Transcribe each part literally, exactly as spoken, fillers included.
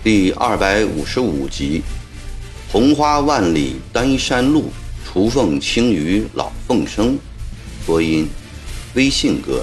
第二百五十五集：红花万里丹山路，雏凤清于老凤声。播音：微信哥。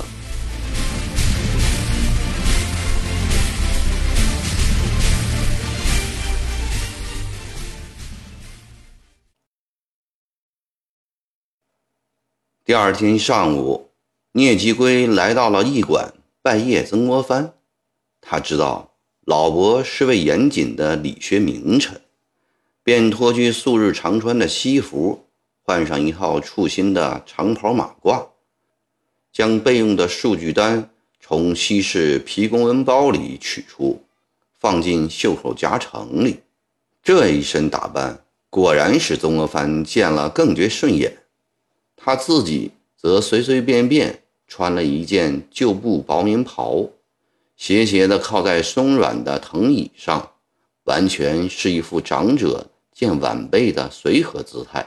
第二天上午，聂继圭来到了驿馆拜谒曾国藩。他知道老伯是位严谨的理学名臣，便脱去素日常穿的西服，换上一套簇新的长袍马褂，将备用的数据单从西式皮公文包里取出，放进袖口夹层里。这一身打扮果然使曾国藩见了更觉顺眼。他自己则随随便便穿了一件旧布薄棉袍，斜斜地靠在松软的藤椅上，完全是一副长者见晚辈的随和姿态。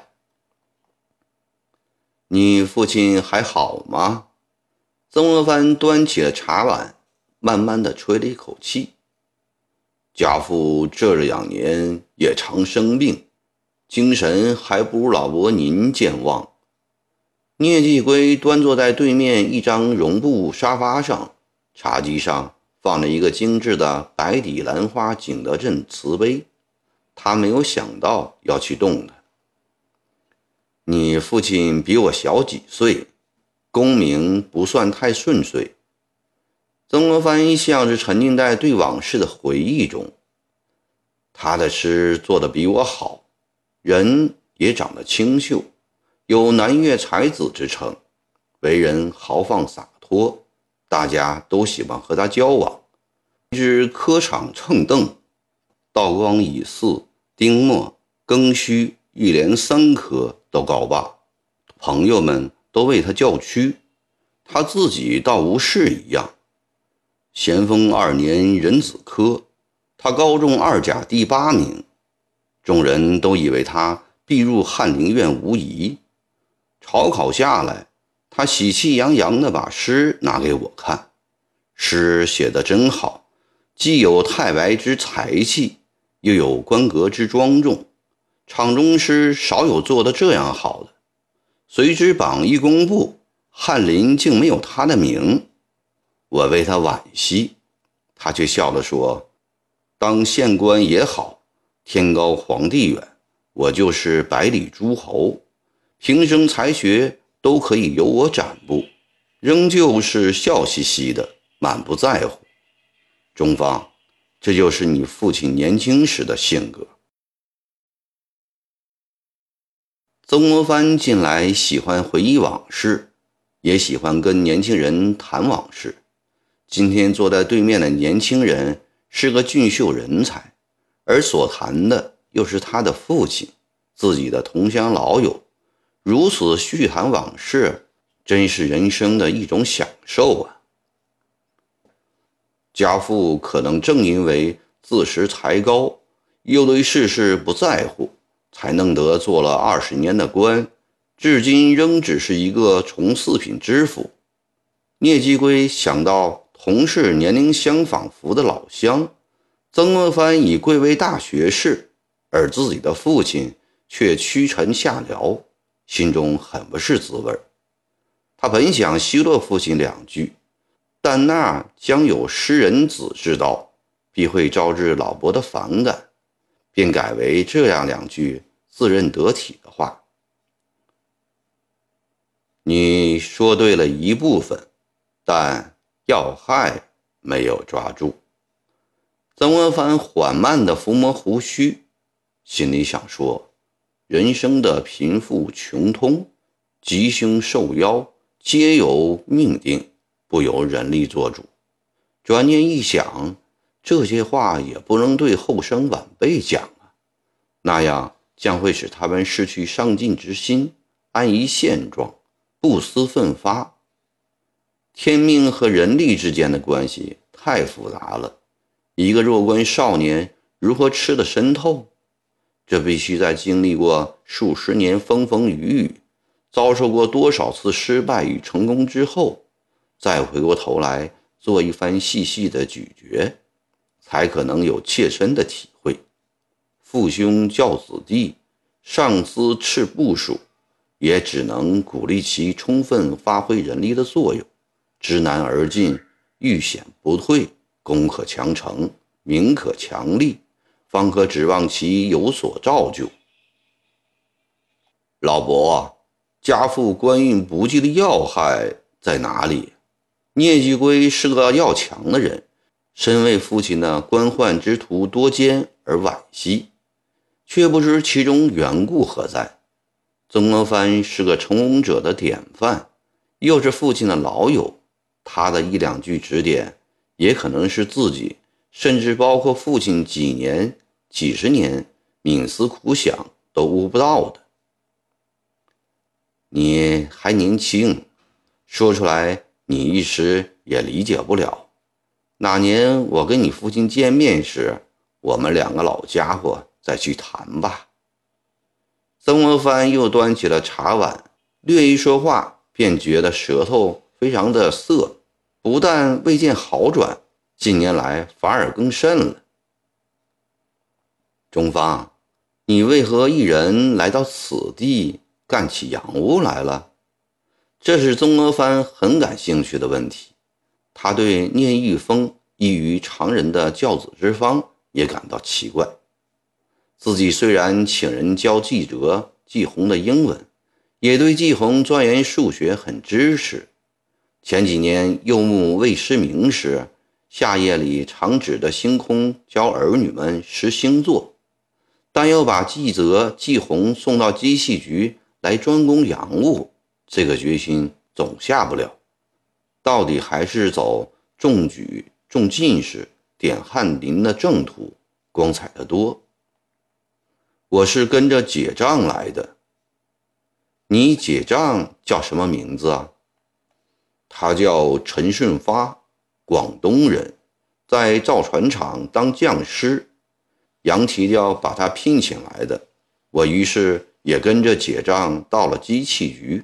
你父亲还好吗？曾国藩端起了茶碗，慢慢地吹了一口气。家父这两年也常生病，精神还不如老伯您健忘。聂继圭端坐在对面一张绒布沙发上，茶几上放了一个精致的白底兰花景德镇瓷杯，他没有想到要去动它。你父亲比我小几岁，功名不算太顺遂。曾国藩像是沉浸在对往事的回忆中。他的诗做得比我好，人也长得清秀，有南岳才子之称，为人豪放洒脱，大家都喜欢和他交往。至科场秤凳，道光乙巳、丁末、庚戌一连三科都告罢，朋友们都为他叫屈，他自己倒无事一样。咸丰二年壬子科，他高中二甲第八名，众人都以为他必入翰林院无疑。朝考下来，他喜气洋洋地把诗拿给我看，诗写得真好，既有太白之才气，又有官格之庄重，场中诗少有做得这样好的。随之榜一公布，翰林竟没有他的名，我为他惋惜。他却笑着说，当县官也好，天高皇帝远，我就是百里诸侯，平生才学都可以由我展布，仍旧是笑嘻嘻的，满不在乎。中方，这就是你父亲年轻时的性格。曾国藩近来喜欢回忆往事，也喜欢跟年轻人谈往事。今天坐在对面的年轻人是个俊秀人才，而所谈的又是他的父亲，自己的同乡老友。如此叙谈往事，真是人生的一种享受啊！家父可能正因为自恃才高，又对世事不在乎，才弄得做了二十年的官，至今仍只是一个从四品知府。聂继圭想到同是年龄相仿佛的老乡，曾国藩已贵为大学士，而自己的父亲却屈臣下僚，心中很不是滋味。他本想奚落父亲两句，但那将有诗人子知道，必会招致老伯的反感，便改为这样两句自认得体的话：你说对了一部分，但要害没有抓住。曾国藩缓慢地抚摸胡须，心里想说，人生的贫富穷通，吉凶受夭，皆由命定，不由人力做主。转念一想，这些话也不能对后生晚辈讲啊，那样将会使他们失去上进之心，安于现状，不思奋发。天命和人力之间的关系太复杂了，一个弱冠少年如何吃得深透？这必须在经历过数十年风风雨雨，遭受过多少次失败与成功之后，再回过头来做一番细细的咀嚼， 才可能有切身的体会。父兄教子弟，上司斥部属，也只能鼓励其充分发挥人力的作用，知难而进，遇险不退，攻可强成，名可强立，方可指望其有所造就。老伯，家父官运不济的要害在哪里？聂巨龟是个要强的人，深为父亲的官宦之途多艰而惋惜，却不知其中缘故何在。曾国藩是个成功者的典范，又是父亲的老友，他的一两句指点，也可能是自己，甚至包括父亲几年、几十年冥思苦想都悟不到的。你还年轻，说出来你一时也理解不了。那年我跟你父亲见面时，我们两个老家伙再去谈吧。曾国藩又端起了茶碗，略一说话便觉得舌头非常的涩，不但未见好转，近年来反而更甚了。中方，你为何一人来到此地干起洋务来了？这是曾国藩很感兴趣的问题。他对聂玉峰异于常人的教子之方也感到奇怪。自己虽然请人教纪哲、季红的英文，也对季红钻研数学很支持。前几年柚木未失明时，夏夜里常指着星空教儿女们识星座，但要把纪泽、季红送到机器局来专攻洋务，这个决心总下不了。到底还是走中举、中进士、点翰林的正途，光彩得多。我是跟着姐丈来的。你姐丈叫什么名字啊？他叫陈顺发，广东人，在造船厂当匠师，杨提调把他聘请来的，我于是也跟着姐丈到了机器局。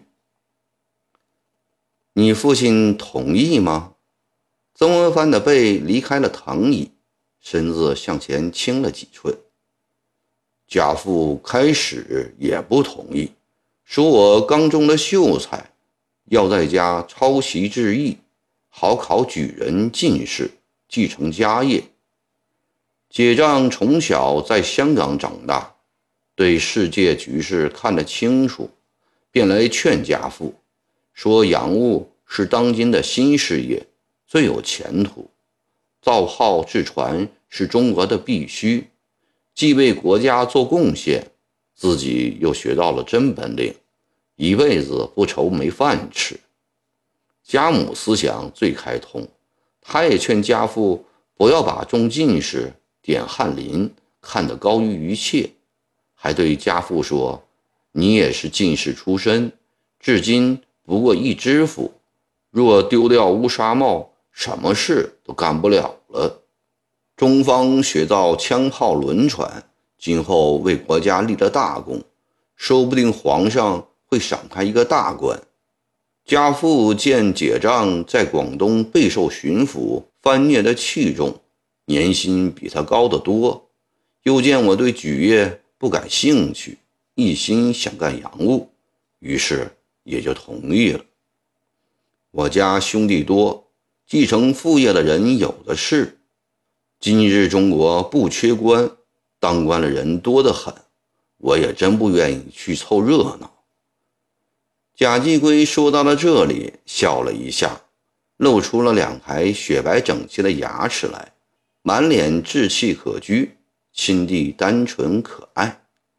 你父亲同意吗？曾国藩的背离开了藤椅，身子向前倾了几寸。家父开始也不同意，说我刚中的秀才，要在家抄袭致意，好考举人进士，继承家业。姐丈从小在香港长大，对世界局势看得清楚，便来劝家父，说洋务是当今的新事业，最有前途，造炮制船是中国的必须，既为国家做贡献，自己又学到了真本领，一辈子不愁没饭吃。家母思想最开通，他也劝家父不要把中进士、点翰林看得高于一切，还对家父说，你也是进士出身，至今不过一知府，若丢掉乌纱帽，什么事都干不了了。中方学造枪炮轮船，今后为国家立了大功，说不定皇上会赏他一个大官。家父见姐丈在广东备受巡抚藩聂的器重，年薪比他高得多，又见我对举业不感兴趣，一心想干洋务，于是也就同意了。我家兄弟多，继承父业的人有的是，今日中国不缺官，当官的人多得很，我也真不愿意去凑热闹。贾继圭说到了这里，笑了一下，露出了两排雪白整齐的牙齿来，满脸稚气可掬，心地单纯可爱。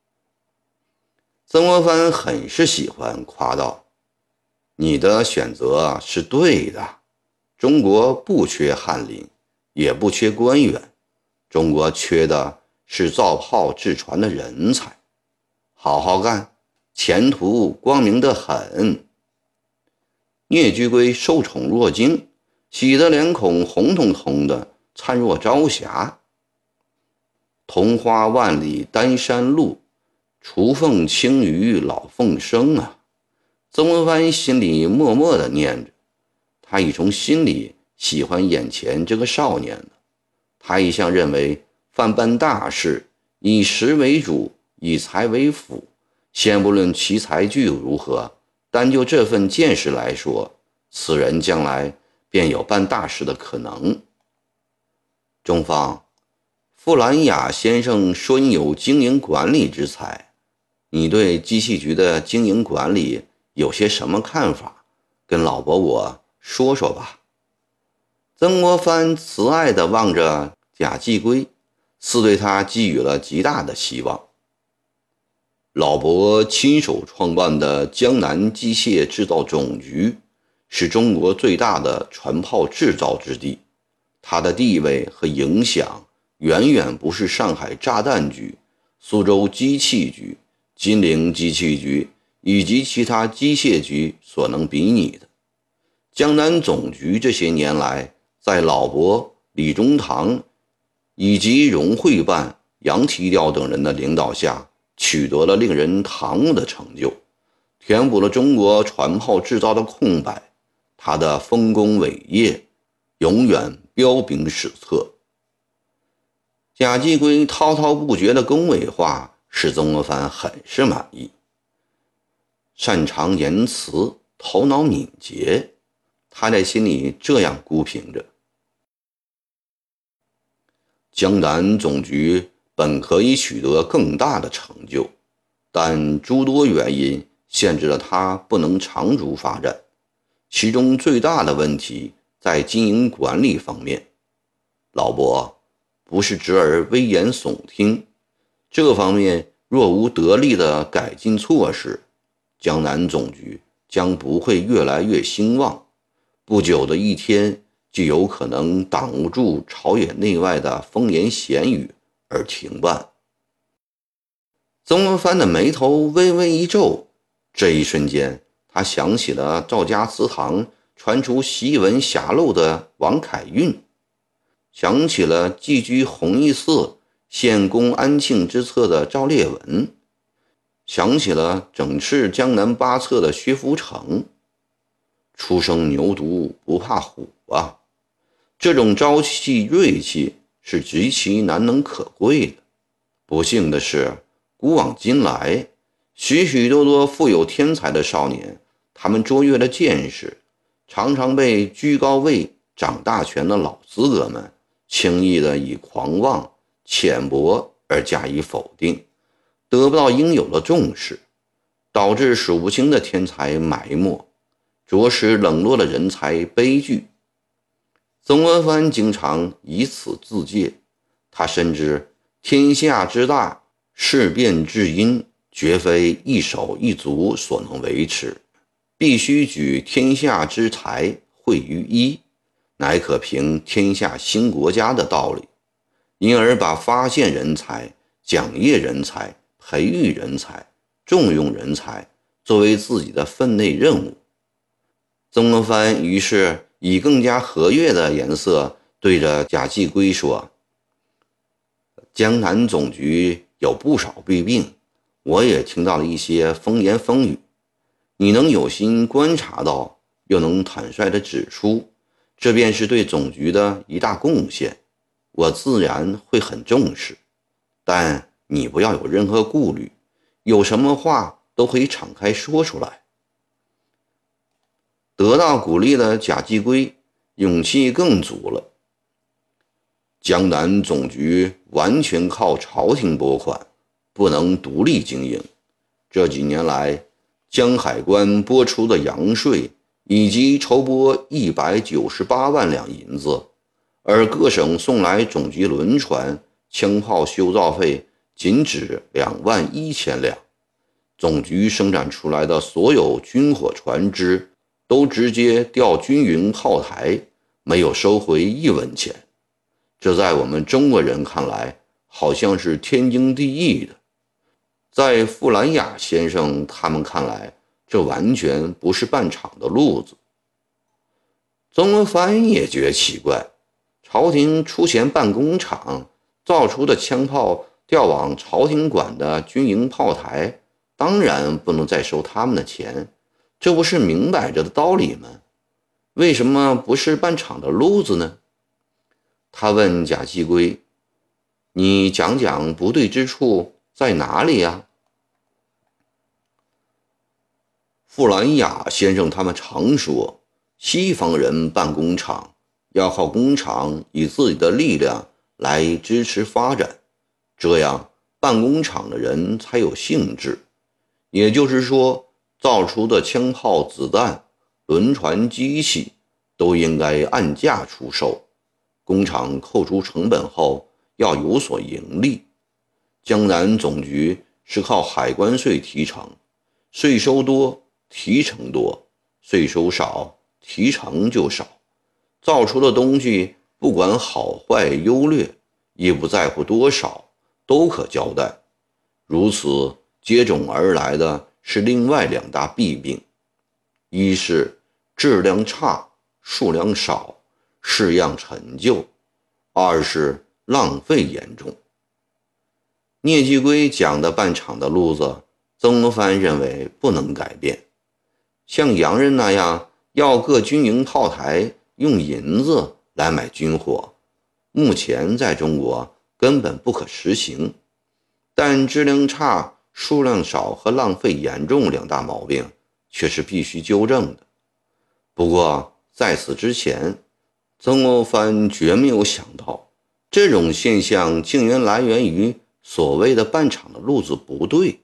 曾国藩很是喜欢，夸道，你的选择是对的，中国不缺翰林，也不缺官员，中国缺的是造炮制船的人才，好好干，前途光明得很。聂居圭受宠若惊，喜得脸孔红彤彤的，灿若朝霞。桐花万里丹山路，雏凤清于老凤声啊！曾国藩心里默默地念着，他已从心里喜欢眼前这个少年了。 他一向认为，凡办大事，以实为主，以财为辅，先不论其才具如何，单就这份见识来说，此人将来便有办大事的可能。中方，傅兰雅先生说你有经营管理之才，你对机器局的经营管理有些什么看法？跟老伯我说说吧。曾国藩慈爱地望着贾继圭，似对他寄予了极大的希望。老伯亲手创办的江南机械制造总局，是中国最大的船炮制造之地，它的地位和影响远远不是上海炸弹局、苏州机器局、金陵机器局以及其他机械局所能比拟的。江南总局这些年来，在老伯、李中堂以及荣会办、杨提调等人的领导下，取得了令人堂目的成就，填补了中国船炮制造的空白。他的丰功伟业永远彪炳史册。贾继圭滔滔不绝的恭维话使曾国藩很是满意。擅长言辞，头脑敏捷，他在心里这样估评着。江南总局本可以取得更大的成就，但诸多原因限制了它不能长足发展。其中最大的问题在经营管理方面。老伯，不是侄儿危言耸听，这方面若无得力的改进措施，江南总局将不会越来越兴旺，不久的一天就有可能挡不住朝野内外的风言闲语而停办。曾国藩的眉头微微一皱，这一瞬间他想起了赵家祠堂传出檄文狭漏的王凯运，想起了寄居弘义寺献公安庆之策的赵烈文，想起了整治江南八策的薛福成。初生牛犊不怕虎啊，这种朝气锐气是极其难能可贵的。不幸的是，古往今来，许许多多富有天才的少年，他们卓越的见识常常被居高位掌大权的老资格们轻易的以狂妄浅薄而加以否定，得不到应有的重视，导致数不清的天才埋没，着实冷落了人才悲剧。曾国藩经常以此自戒，他深知天下之大，事变至因，绝非一手一足所能维持，必须举天下之才汇于一，乃可平天下兴国家的道理。因而把发现人才、奖业人才、培育人才、重用人才作为自己的分内任务。曾国藩于是以更加和悦的颜色对着贾继圭说：江南总局有不少弊病，我也听到了一些风言风语，你能有心观察到，又能坦率地指出，这便是对总局的一大贡献，我自然会很重视。但你不要有任何顾虑，有什么话都可以敞开说出来。得到鼓励的贾继圭勇气更足了。江南总局完全靠朝廷拨款，不能独立经营。这几年来，江海关拨出的洋税以及筹拨一百九十八万两银子，而各省送来总局轮船、枪炮修造费仅止两万一千两。总局生产出来的所有军火船只都直接调军营炮台，没有收回一文钱。这在我们中国人看来好像是天经地义的，在傅兰雅先生他们看来，这完全不是办厂的路子。曾国藩也觉奇怪，朝廷出钱办工厂，造出的枪炮调往朝廷管的军营炮台，当然不能再收他们的钱，这不是明摆着的道理吗？为什么不是办厂的路子呢？ 他问贾继圭：“你讲讲不对之处在哪里呀？”傅兰雅先生他们常说，西方人办工厂要靠工厂以自己的力量来支持发展，这样办工厂的人才有兴致。也就是说，造出的枪炮、子弹、轮船、机器都应该按价出售，工厂扣除成本后要有所盈利。江南总局是靠海关税提成，税收多提成多，税收少提成就少，造出的东西不管好坏优劣，也不在乎多少，都可交代。如此接踵而来的是另外两大弊病：一是质量差、数量少、式样陈旧；二是浪费严重。聂继圭讲的办厂的路子，曾国藩认为不能改变。像洋人那样要各军营炮台用银子来买军火，目前在中国根本不可实行。但质量差、数量少和浪费严重两大毛病却是必须纠正的。不过在此之前，曾国藩绝没有想到，这种现象竟然来源于所谓的办厂的路子不对。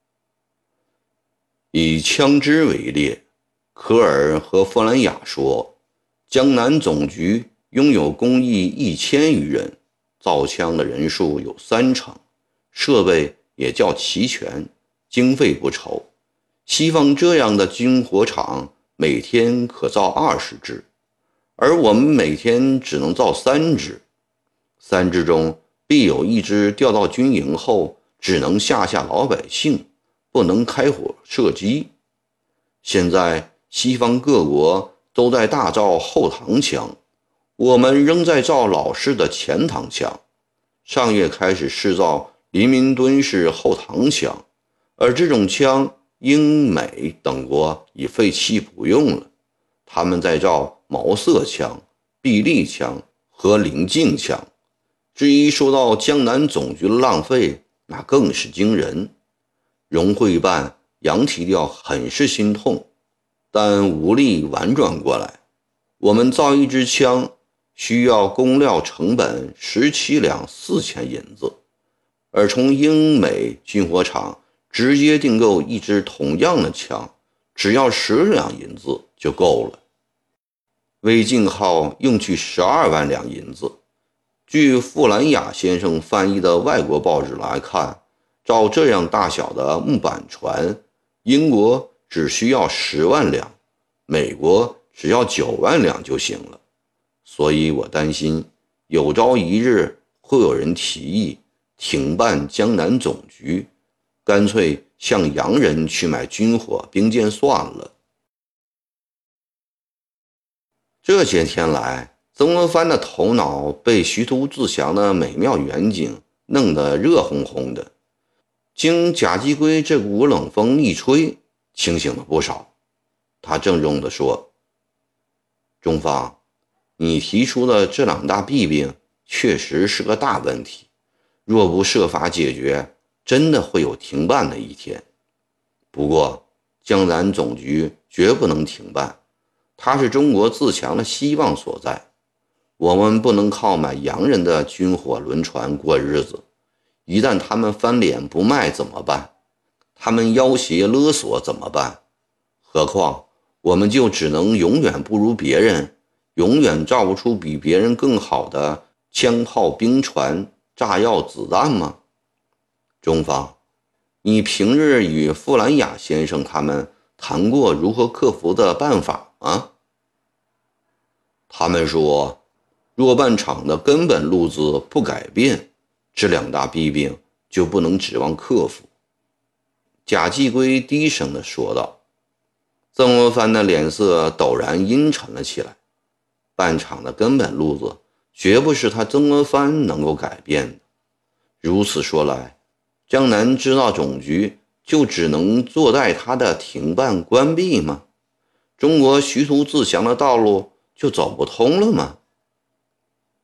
以枪支为例，科尔和弗兰雅说，江南总局拥有工艺一千余人，造枪的人数有三成，设备也较齐全，经费不愁。西方这样的军火厂每天可造二十支，而我们每天只能造三支，三支中必有一支调到军营后只能吓吓老百姓，不能开火射击。现在西方各国都在大造后膛枪，我们仍在造老式的前膛枪。上月开始试造林明敦式后膛枪，而这种枪英美等国已废弃不用了，他们在造毛瑟枪、臂力枪和棱镜枪。至于说到江南总局的浪费，那更是惊人。荣会办杨提调很是心痛，但无力婉转过来。我们造一支枪需要工料成本十七两四千银子，而从英美军火厂直接订购一支同样的枪，只要十两银子就够了。魏晋号用去十二万两银子。据傅兰雅先生翻译的外国报纸来看，照这样大小的木板船，英国只需要十万两，美国只要九万两就行了。所以我担心，有朝一日会有人提议停办江南总局，干脆向洋人去买军火兵舰算了。这些天来，曾国藩的头脑被徐图自详的美妙远景弄得热烘烘的，经贾继圭这股冷风一吹，清醒了不少。他郑重地说：“中方，你提出的这两大弊病确实是个大问题，若不设法解决，真的会有停办的一天。不过江南总局绝不能停办，它是中国自强的希望所在。我们不能靠买洋人的军火轮船过日子，一旦他们翻脸不卖怎么办？他们要挟勒索怎么办？何况我们就只能永远不如别人，永远造不出比别人更好的枪炮、兵船、炸药、子弹吗？中方，你平日与傅兰雅先生他们谈过如何克服的办法吗？他们说，若办厂的根本路子不改变，这两大弊病就不能指望克服。贾继圭低声地说道。曾国藩的脸色陡然阴沉了起来。办厂的根本路子绝不是他曾国藩能够改变的。如此说来，江南织造总局就只能坐待他的停办关闭吗？中国徐图自强的道路就走不通了吗？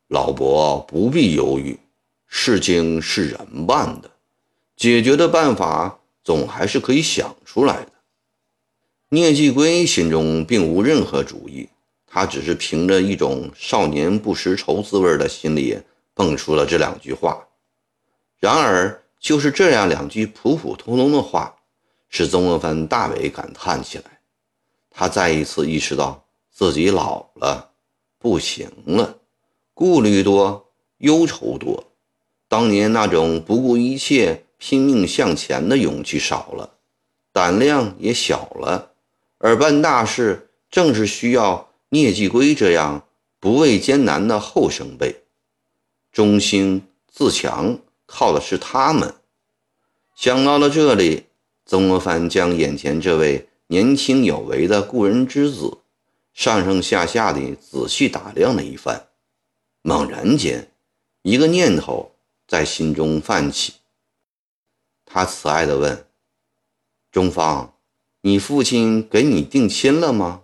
老伯不必犹豫，事情是人办的，解决的办法总还是可以想出来的。聂继圭心中并无任何主意，他只是凭着一种少年不识愁滋味的心理蹦出了这两句话。然而就是这样两句普普通通的话，使曾国藩大为感叹起来。他再一次意识到自己老了，不行了，顾虑多，忧愁多，当年那种不顾一切拼命向前的勇气少了，胆量也小了，而办大事正是需要聂继圭这样不畏艰难的后生辈。中兴自强靠的是他们。想到了这里，曾国藩将眼前这位年轻有为的故人之子上上下下地仔细打量了一番，猛然间一个念头在心中泛起。他慈爱地问：中方，你父亲给你定亲了吗？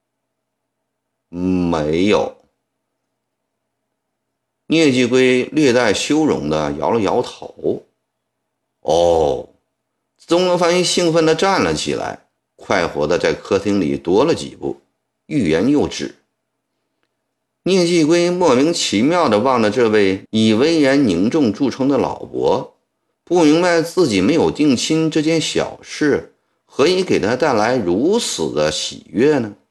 没有。聂继圭略带羞容地摇了摇头。哦。曾国藩兴奋地站了起来，快活地在客厅里踱了几步，欲言又止。聂继圭莫名其妙地望着这位以威严凝重著称的老伯，不明白自己没有定亲这件小事何以给他带来如此的喜悦呢？